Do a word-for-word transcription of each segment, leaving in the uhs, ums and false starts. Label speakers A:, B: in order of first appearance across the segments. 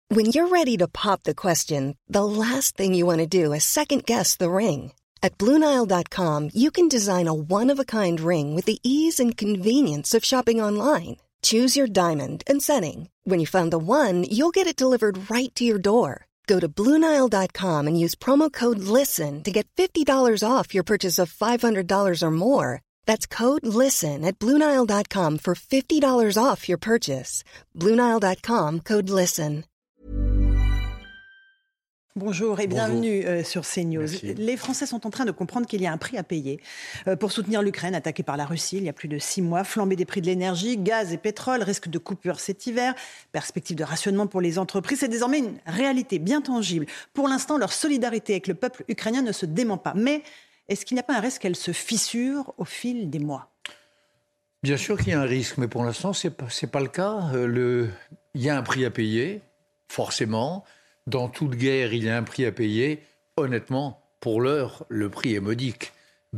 A: When you're ready to pop the question, the last thing you want to do is second-guess the ring. At Blue Nile dot com, you can design a one-of-a-kind ring with the ease and convenience of shopping online. Choose your diamond and setting. When you find the one, you'll get it delivered right to your door. Go to Blue Nile dot com and use promo code LISTEN to get fifty dollars off your purchase of five hundred dollars or more. That's code LISTEN at Blue Nile dot com for fifty dollars off your purchase. Blue Nile dot com, code LISTEN.
B: Bonjour et bienvenue euh, sur CNews.
C: Merci.
B: Les Français sont en train de comprendre qu'il y a un prix à payer euh, pour soutenir l'Ukraine attaquée par la Russie il y a plus de six mois. Flambée des prix de l'énergie, gaz et pétrole, risque de coupure cet hiver, perspective de rationnement pour les entreprises. C'est désormais une réalité bien tangible. Pour l'instant, leur solidarité avec le peuple ukrainien ne se dément pas. Mais est-ce qu'il n'y a pas un risque qu'elle se fissure au fil des mois ?
C: Bien sûr qu'il y a un risque, mais pour l'instant, ce n'est pas, c'est pas le cas. Euh, le... Il y a un prix à payer, forcément. Dans toute guerre, il y a un prix à payer. Honnêtement, pour l'heure, le prix est modique.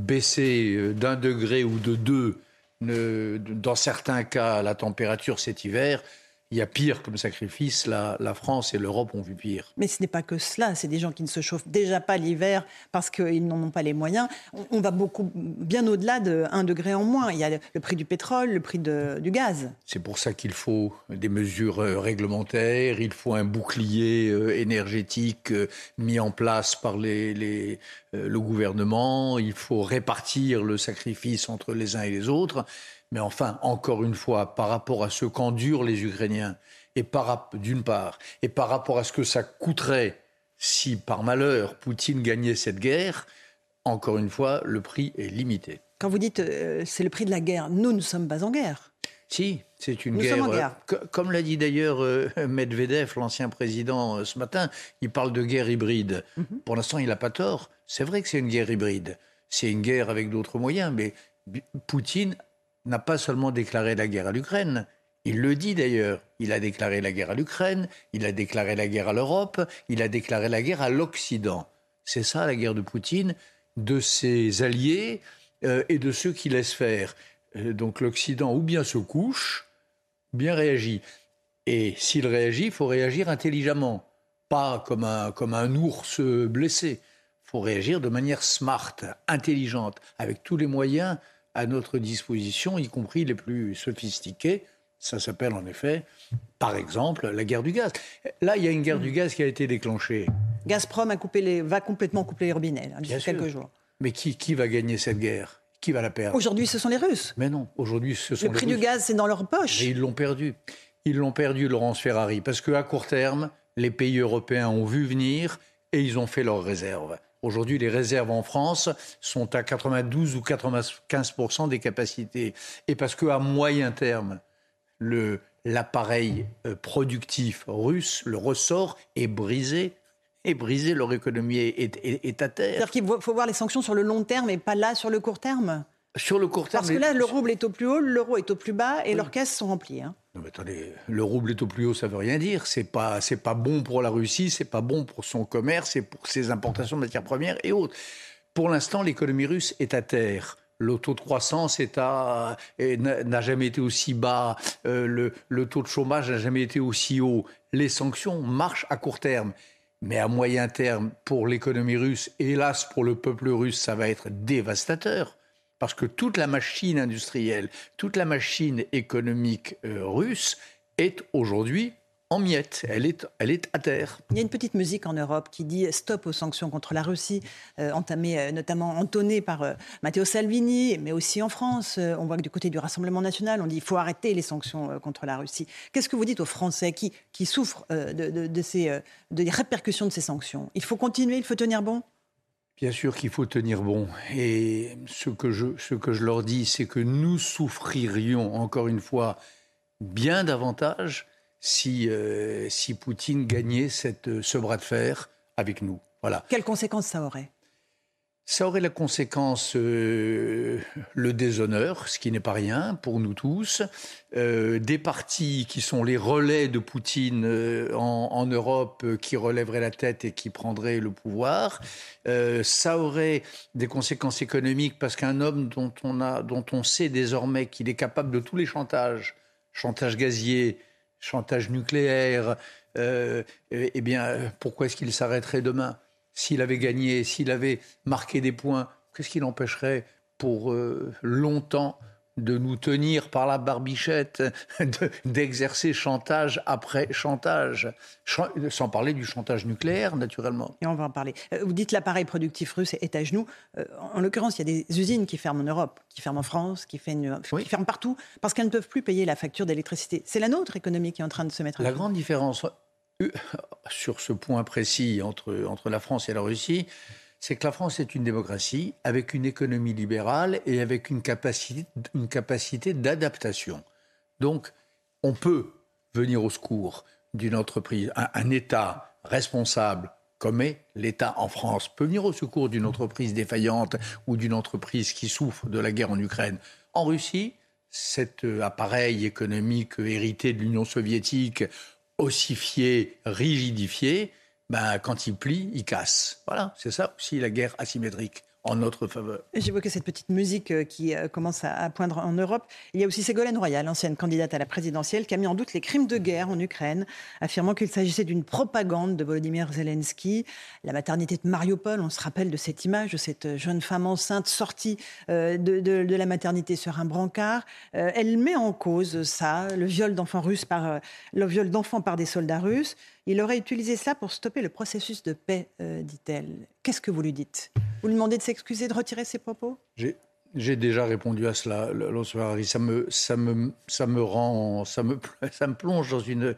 C: Baisser d'un degré ou de deux, ne, dans certains cas, la température cet hiver, il y a pire comme sacrifice. La, la France et l'Europe ont vu pire.
B: Mais ce n'est pas que cela. C'est des gens qui ne se chauffent déjà pas l'hiver parce qu'ils n'en ont pas les moyens. On, on va beaucoup, bien au-delà de un degré en moins. Il y a le prix du pétrole, le prix de, du gaz.
C: C'est pour ça qu'il faut des mesures euh, réglementaires, il faut un bouclier euh, énergétique euh, mis en place par les, les, euh, le gouvernement, il faut répartir le sacrifice entre les uns et les autres. Mais enfin, encore une fois, par rapport à ce qu'endurent les Ukrainiens, et par, d'une part, et par rapport à ce que ça coûterait si, par malheur, Poutine gagnait cette guerre, encore une fois, le prix est limité.
B: Quand vous dites euh, c'est le prix de la guerre, nous ne sommes pas en guerre.
C: Si, c'est une
B: Nous
C: guerre.
B: sommes en guerre.
C: Euh, comme l'a dit d'ailleurs euh, Medvedev, l'ancien président, euh, ce matin, il parle de guerre hybride. Mm-hmm. Pour l'instant, il n'a pas tort. C'est vrai que c'est une guerre hybride. C'est une guerre avec d'autres moyens, mais Poutine n'a pas seulement déclaré la guerre à l'Ukraine. Il le dit d'ailleurs. Il a déclaré la guerre à l'Ukraine, il a déclaré la guerre à l'Europe, il a déclaré la guerre à l'Occident. C'est ça la guerre de Poutine, de ses alliés euh, et de ceux qui laissent faire. Euh, donc l'Occident ou bien se couche, ou bien réagit. Et s'il réagit, il faut réagir intelligemment, pas comme un, comme un ours blessé. Il faut réagir de manière smart, intelligente, avec tous les moyens à notre disposition, y compris les plus sophistiqués. Ça s'appelle en effet, par exemple, la guerre du gaz. Là, il y a une guerre mmh. du gaz qui a été déclenchée.
B: Gazprom a coupé les, va complètement couper les robinets là, d'ici quelques jours.
C: Mais qui, qui va gagner cette guerre ? Qui va la perdre ?
B: Aujourd'hui, ce sont les Russes.
C: Mais non, aujourd'hui, ce sont
B: le
C: les Russes.
B: Le prix du gaz, c'est dans leur poche.
C: Et ils l'ont perdu. Ils l'ont perdu, Laurence Ferrari, parce qu'à court terme, les pays européens ont vu venir et ils ont fait leurs réserves. Aujourd'hui, les réserves en France sont à quatre-vingt-douze ou quatre-vingt-quinze pour cent des capacités. Et parce qu'à moyen terme, le, l'appareil productif russe, le ressort, est brisé. Est brisé, leur économie est, est, est à terre.
B: C'est-à-dire qu'il faut voir les sanctions sur le long terme et pas là sur le court terme ?
C: Sur le court terme.
B: Parce que là, le rouble est au plus haut, l'euro est au plus bas et oui. leurs caisses sont remplies. Hein.
C: Non mais attendez, le rouble est au plus haut, ça veut rien dire. C'est pas, c'est pas bon pour la Russie, c'est pas bon pour son commerce et pour ses importations de matières premières et autres. Pour l'instant, l'économie russe est à terre. Le taux de croissance est à, n'a jamais été aussi bas. Euh, le, le taux de chômage n'a jamais été aussi haut. Les sanctions marchent à court terme. Mais à moyen terme, pour l'économie russe, hélas pour le peuple russe, ça va être dévastateur. Parce que toute la machine industrielle, toute la machine économique euh, russe est aujourd'hui en miettes. Elle est, elle est à terre.
B: Il y a une petite musique en Europe qui dit « stop aux sanctions contre la Russie euh, », entamée euh, notamment, entonnée par euh, Matteo Salvini, mais aussi en France. Euh, on voit que du côté du Rassemblement national, on dit « il faut arrêter les sanctions euh, contre la Russie ». Qu'est-ce que vous dites aux Français qui, qui souffrent euh, de, de, de ces euh, de répercussions de ces sanctions ? Il faut continuer, il faut tenir bon ?
C: Bien sûr qu'il faut tenir bon. Et ce que je, ce que je leur dis, c'est que nous souffririons, encore une fois, bien davantage si, euh, si Poutine gagnait cette, ce bras de fer avec nous. Voilà.
B: Quelles conséquences ça aurait ?
C: Ça aurait la conséquence, euh, le déshonneur, ce qui n'est pas rien pour nous tous, euh, des partis qui sont les relais de Poutine euh, en, en Europe, euh, qui relèveraient la tête et qui prendraient le pouvoir. Euh, ça aurait des conséquences économiques parce qu'un homme dont on, a, dont on sait désormais qu'il est capable de tous les chantages, chantage gazier, chantage nucléaire, euh, eh bien, pourquoi est-ce qu'il s'arrêterait demain ? S'il avait gagné, s'il avait marqué des points, qu'est-ce qui l'empêcherait pour euh, longtemps de nous tenir par la barbichette, de, d'exercer chantage après chantage, Ch- sans parler du chantage nucléaire, naturellement.
B: Et on va en parler. Vous dites l'appareil productif russe est à genoux. Euh, en l'occurrence, il y a des usines qui ferment en Europe, qui ferment en France, qui, fait une,
C: Oui.
B: qui ferment partout, parce qu'elles ne peuvent plus payer la facture d'électricité. C'est la nôtre économie qui est en train de se mettre à
C: La
B: genoux.
C: grande différence euh, sur ce point précis entre, entre la France et la Russie, c'est que la France est une démocratie avec une économie libérale et avec une capacité, une capacité d'adaptation. Donc, on peut venir au secours d'une entreprise, un, un État responsable, comme est l'État en France, peut venir au secours d'une entreprise défaillante ou d'une entreprise qui souffre de la guerre en Ukraine. En Russie, cet appareil économique hérité de l'Union soviétique, ossifié, rigidifié, ben, quand il plie, il casse. Voilà, c'est ça aussi la guerre asymétrique en notre faveur.
B: J'évoquais cette petite musique qui commence à poindre en Europe. Il y a aussi Ségolène Royal, ancienne candidate à la présidentielle, qui a mis en doute les crimes de guerre en Ukraine, affirmant qu'il s'agissait d'une propagande de Volodymyr Zelensky. La maternité de Mariupol, on se rappelle de cette image de cette jeune femme enceinte sortie de, de, de la maternité sur un brancard. Elle met en cause ça, le viol d'enfants russes par le viol d'enfants par des soldats russes. Il aurait utilisé cela pour stopper le processus de paix, euh, dit-elle. Qu'est-ce que vous lui dites ? Vous lui demandez de s'excuser, de retirer ses propos ?
C: J'ai, j'ai déjà répondu à cela, Laurence Ferrari. Ça me, ça me, ça me rend, ça me, ça me plonge dans une,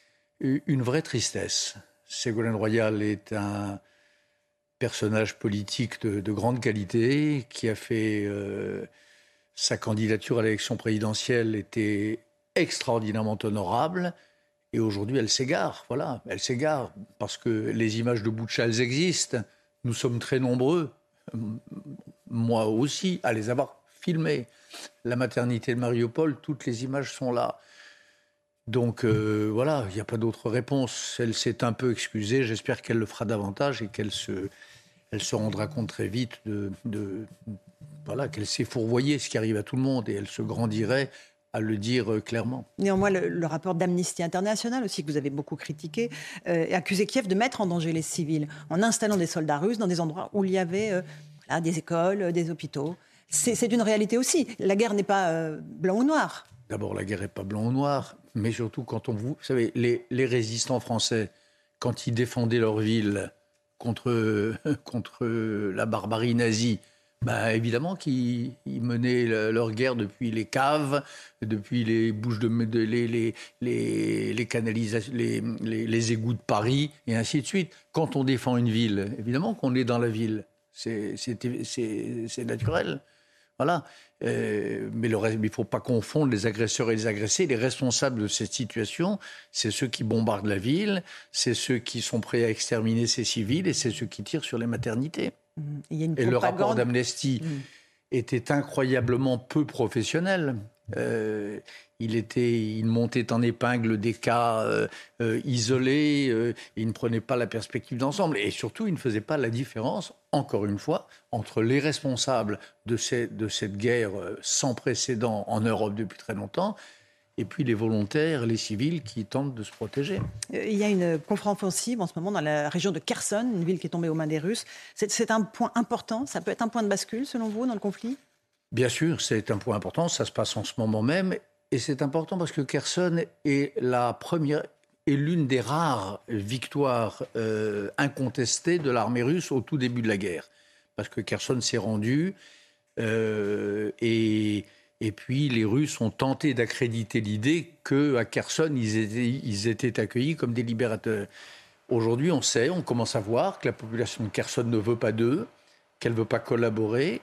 C: une vraie tristesse. Ségolène Royal est un personnage politique de, de grande qualité qui a fait euh, sa candidature à l'élection présidentielle était extraordinairement honorable. Et aujourd'hui, elle s'égare, voilà, elle s'égare, parce que les images de Boutcha, elles existent. Nous sommes très nombreux, moi aussi, à les avoir filmées. La maternité de Mariupol, toutes les images sont là. Donc euh, voilà, il n'y a pas d'autre réponse. Elle s'est un peu excusée, j'espère qu'elle le fera davantage et qu'elle se, elle se rendra compte très vite de, de, voilà, qu'elle s'est fourvoyée, ce qui arrive à tout le monde, et elle se grandirait à le dire clairement.
B: Néanmoins, le, le rapport d'Amnesty International, aussi, que vous avez beaucoup critiqué, euh, accusait Kiev de mettre en danger les civils en installant des soldats russes dans des endroits où il y avait euh, voilà, des écoles, des hôpitaux. C'est, c'est une réalité aussi. La guerre n'est pas euh, blanc ou noir.
C: D'abord, la guerre n'est pas blanc ou noir, mais surtout quand on... Vous, vous savez, les, les résistants français, quand ils défendaient leur ville contre, contre la barbarie nazie, bah, évidemment qu'ils menaient leur guerre depuis les caves, depuis les bouches de, de les, les, les, les canalisations, les, les, les égouts de Paris, et ainsi de suite. Quand on défend une ville, évidemment qu'on est dans la ville. C'est, c'est, c'est, c'est naturel. Voilà. Euh, mais il ne faut pas confondre les agresseurs et les agressés. Les responsables de cette situation, c'est ceux qui bombardent la ville, c'est ceux qui sont prêts à exterminer ces civils et c'est ceux qui tirent sur les maternités.
B: Il y a une
C: et
B: propagande.
C: Le rapport d'Amnesty mmh. était incroyablement peu professionnel. Euh, il, était, il montait en épingle des cas euh, euh, isolés, euh, il ne prenait pas la perspective d'ensemble et surtout il ne faisait pas la différence, encore une fois, entre les responsables de, ces, de cette guerre sans précédent en Europe depuis très longtemps et puis les volontaires, les civils qui tentent de se protéger.
B: Il y a une contre-offensive en ce moment dans la région de Kherson, une ville qui est tombée aux mains des Russes. C'est, c'est un point important, ça peut être un point de bascule selon vous dans le conflit ?
C: Bien sûr, c'est un point important, ça se passe en ce moment même. Et c'est important parce que Kherson est la première, est l'une des rares victoires euh, incontestées de l'armée russe au tout début de la guerre. Parce que Kherson s'est rendu euh, et... Et puis, les Russes ont tenté d'accréditer l'idée qu'à Kherson, ils étaient, ils étaient accueillis comme des libérateurs. Aujourd'hui, on sait, on commence à voir que la population de Kherson ne veut pas d'eux, qu'elle ne veut pas collaborer.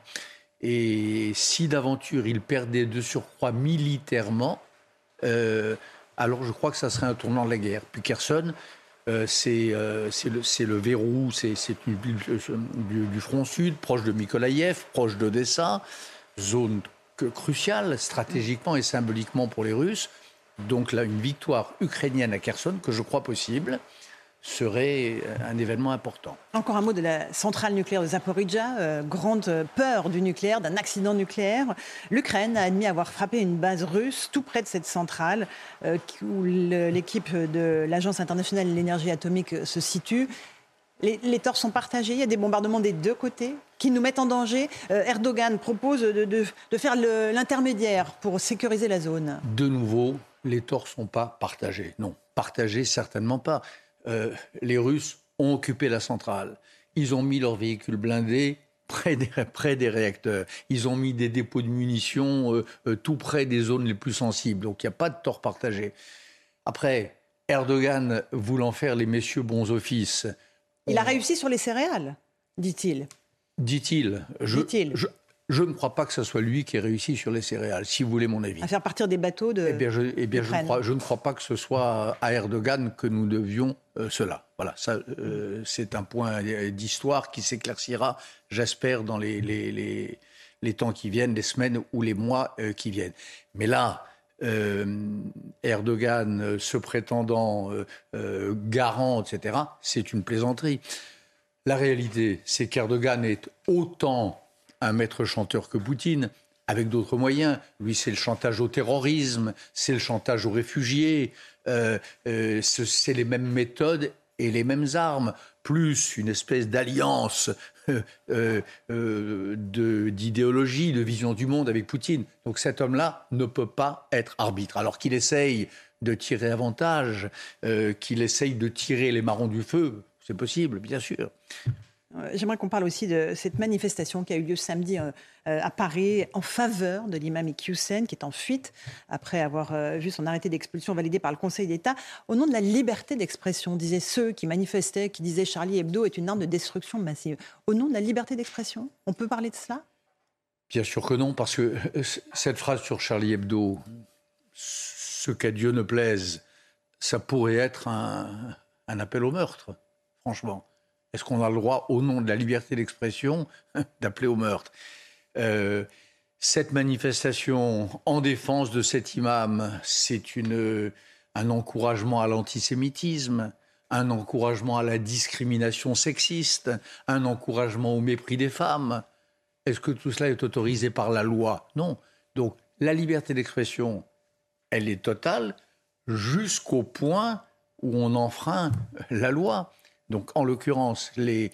C: Et si d'aventure, ils perdaient de surcroît militairement, euh, alors je crois que ça serait un tournant de la guerre. Puis Kherson, euh, c'est, euh, c'est, le, c'est le verrou, c'est, c'est une ville du, du front sud, proche de Mykolaïev, proche d'Odessa, zone crucial stratégiquement et symboliquement pour les Russes. Donc là, une victoire ukrainienne à Kherson, que je crois possible, serait un événement important.
B: Encore un mot de la centrale nucléaire de Zaporijjia, euh, grande peur du nucléaire, d'un accident nucléaire. L'Ukraine a admis avoir frappé une base russe tout près de cette centrale euh, où le, l'équipe de l'Agence internationale de l'énergie atomique se situe. Les, les torts sont partagés, il y a des bombardements des deux côtés qui nous mettent en danger. Euh, Erdogan propose de, de, de faire le, l'intermédiaire pour sécuriser la zone.
C: De nouveau, les torts ne sont pas partagés. Non, partagés certainement pas. Euh, les Russes ont occupé la centrale. Ils ont mis leurs véhicules blindés près des, près des réacteurs. Ils ont mis des dépôts de munitions euh, euh, tout près des zones les plus sensibles. Donc il n'y a pas de tort partagé. Après, Erdogan voulant faire les messieurs bons offices...
B: Il a réussi sur les céréales, dit-il.
C: Dit-il. Je,
B: dit-il.
C: Je, je ne crois pas que ce soit lui qui ait réussi sur les céréales, si vous voulez mon avis.
B: À faire partir des bateaux de
C: Eh bien, je, eh bien je, ne crois, je ne crois pas que ce soit à Erdogan que nous devions euh, cela. Voilà, ça, euh, c'est un point d'histoire qui s'éclaircira, j'espère, dans les, les, les, les temps qui viennent, les semaines ou les mois euh, qui viennent. Mais là... Euh, Erdogan euh, se prétendant euh, euh, garant, et cetera, c'est une plaisanterie. La réalité, c'est qu'Erdogan est autant un maître chanteur que Poutine, avec d'autres moyens. Lui, c'est le chantage au terrorisme, c'est le chantage aux réfugiés, euh, euh, c'est les mêmes méthodes et les mêmes armes, plus une espèce d'alliance euh, euh, euh, de, d'idéologie, de vision du monde avec Poutine. Donc cet homme-là ne peut pas être arbitre. Alors qu'il essaye de tirer avantage, euh, qu'il essaye de tirer les marrons du feu, c'est possible, bien sûr.
B: J'aimerais qu'on parle aussi de cette manifestation qui a eu lieu samedi euh, à Paris en faveur de l'imam Iqiyoussen, qui est en fuite après avoir euh, vu son arrêté d'expulsion validé par le Conseil d'État. Au nom de la liberté d'expression, disaient ceux qui manifestaient, qui disaient Charlie Hebdo est une arme de destruction massive. Au nom de la liberté d'expression, on peut parler de cela ?
C: Bien sûr que non, parce que cette phrase sur Charlie Hebdo, ce qu'à Dieu ne plaise, ça pourrait être un, un appel au meurtre, franchement. Est-ce qu'on a le droit, au nom de la liberté d'expression, d'appeler au meurtre ? euh, Cette manifestation en défense de cet imam, c'est une, un encouragement à l'antisémitisme, un encouragement à la discrimination sexiste, un encouragement au mépris des femmes. Est-ce que tout cela est autorisé par la loi ? Non. Donc, la liberté d'expression, elle est totale jusqu'au point où on enfreint la loi. Donc, en l'occurrence, les,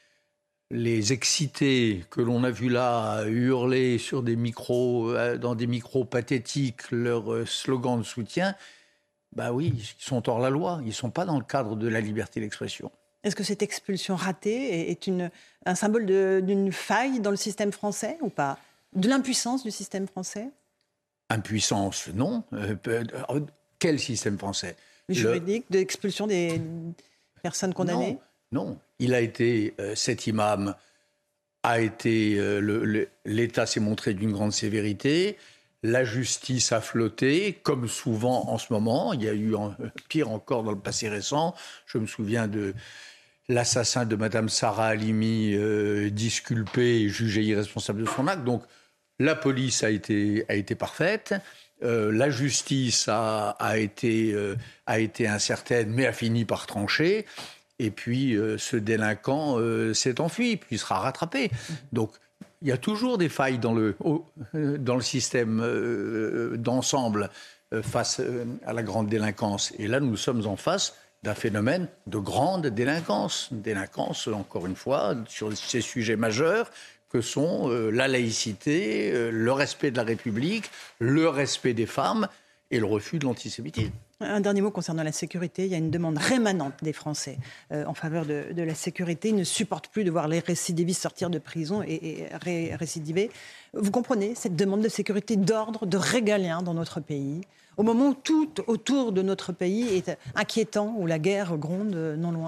C: les excités que l'on a vus là hurler sur des micros, dans des micros pathétiques leur slogan de soutien, bah oui, ils sont hors la loi, ils ne sont pas dans le cadre de la liberté d'expression.
B: Est-ce que cette expulsion ratée est une, un symbole de, d'une faille dans le système français ou pas ? De l'impuissance du système français ?
C: Impuissance, non. Euh, quel système français ?
B: Le juridique, de l'expulsion des... personnes condamnées ?
C: Non, non. Il a été, euh, cet imam a été, euh, le, le, l'État s'est montré d'une grande sévérité, la justice a flotté, comme souvent en ce moment, il y a eu en, pire encore dans le passé récent, je me souviens de l'assassin de Madame Sarah Halimi, euh, disculpé et jugé irresponsable de son acte, donc la police a été, a été parfaite. Euh, la justice a, a, été, euh, a été incertaine, mais a fini par trancher. Et puis, euh, ce délinquant euh, s'est enfui, puis il sera rattrapé. Donc, il y a toujours des failles dans le, au, euh, dans le système euh, d'ensemble euh, face euh, à la grande délinquance. Et là, nous sommes en face d'un phénomène de grande délinquance. Délinquance, encore une fois, sur ces sujets majeurs que sont euh, la laïcité, euh, le respect de la République, le respect des femmes et le refus de l'antisémitisme.
B: Un dernier mot concernant la sécurité. Il y a une demande rémanente des Français euh, en faveur de, de la sécurité. Ils ne supportent plus de voir les récidivistes sortir de prison et, et ré, récidiver. Vous comprenez cette demande de sécurité, d'ordre, de régalien dans notre pays, au moment où tout autour de notre pays est inquiétant, où la guerre gronde non loin ?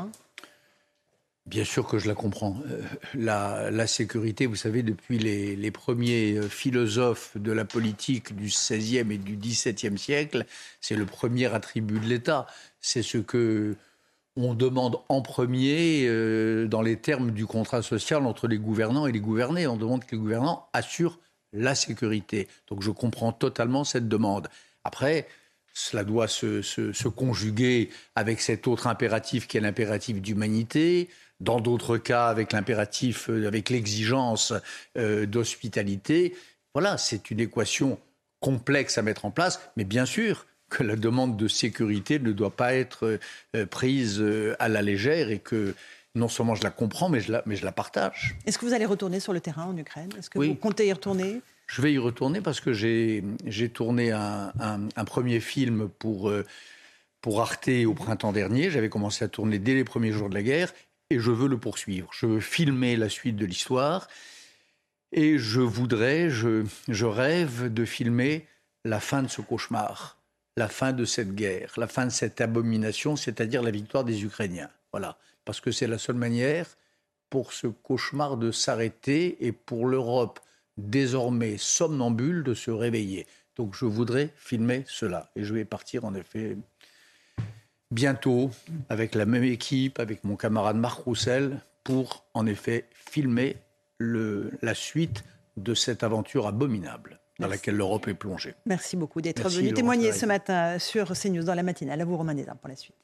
C: Bien sûr que je la comprends. Euh, la, la sécurité, vous savez, depuis les, les premiers philosophes de la politique du seizième et du dix-septième siècle, c'est le premier attribut de l'État. C'est ce que on demande en premier euh, dans les termes du contrat social entre les gouvernants et les gouvernés. On demande que les gouvernants assurent la sécurité. Donc je comprends totalement cette demande. Après, cela doit se, se, se conjuguer avec cet autre impératif qui est l'impératif d'humanité. Dans d'autres cas, avec l'impératif, avec l'exigence euh, d'hospitalité. Voilà, c'est une équation complexe à mettre en place, mais bien sûr que la demande de sécurité ne doit pas être euh, prise euh, à la légère et que non seulement je la comprends, mais je la, mais je la partage.
B: Est-ce que vous allez retourner sur le terrain en Ukraine ? Est-ce que
C: oui.
B: vous comptez y retourner ?
C: Je vais y retourner parce que j'ai, j'ai tourné un, un, un premier film pour, euh, pour Arte au printemps dernier. J'avais commencé à tourner dès les premiers jours de la guerre et je veux le poursuivre. Je veux filmer la suite de l'histoire et je voudrais, je, je rêve de filmer la fin de ce cauchemar, la fin de cette guerre, la fin de cette abomination, c'est-à-dire la victoire des Ukrainiens. Voilà, parce que c'est la seule manière pour ce cauchemar de s'arrêter et pour l'Europe désormais somnambule de se réveiller. Donc je voudrais filmer cela. Et je vais partir en effet bientôt avec la même équipe, avec mon camarade Marc Roussel, pour en effet filmer le, la suite de cette aventure abominable dans Merci. laquelle l'Europe est plongée.
B: Merci beaucoup d'être
C: Merci
B: venu témoigner
C: Laurence
B: ce matin sur CNews dans la matinale. À vous Romain Desarmes pour la suite.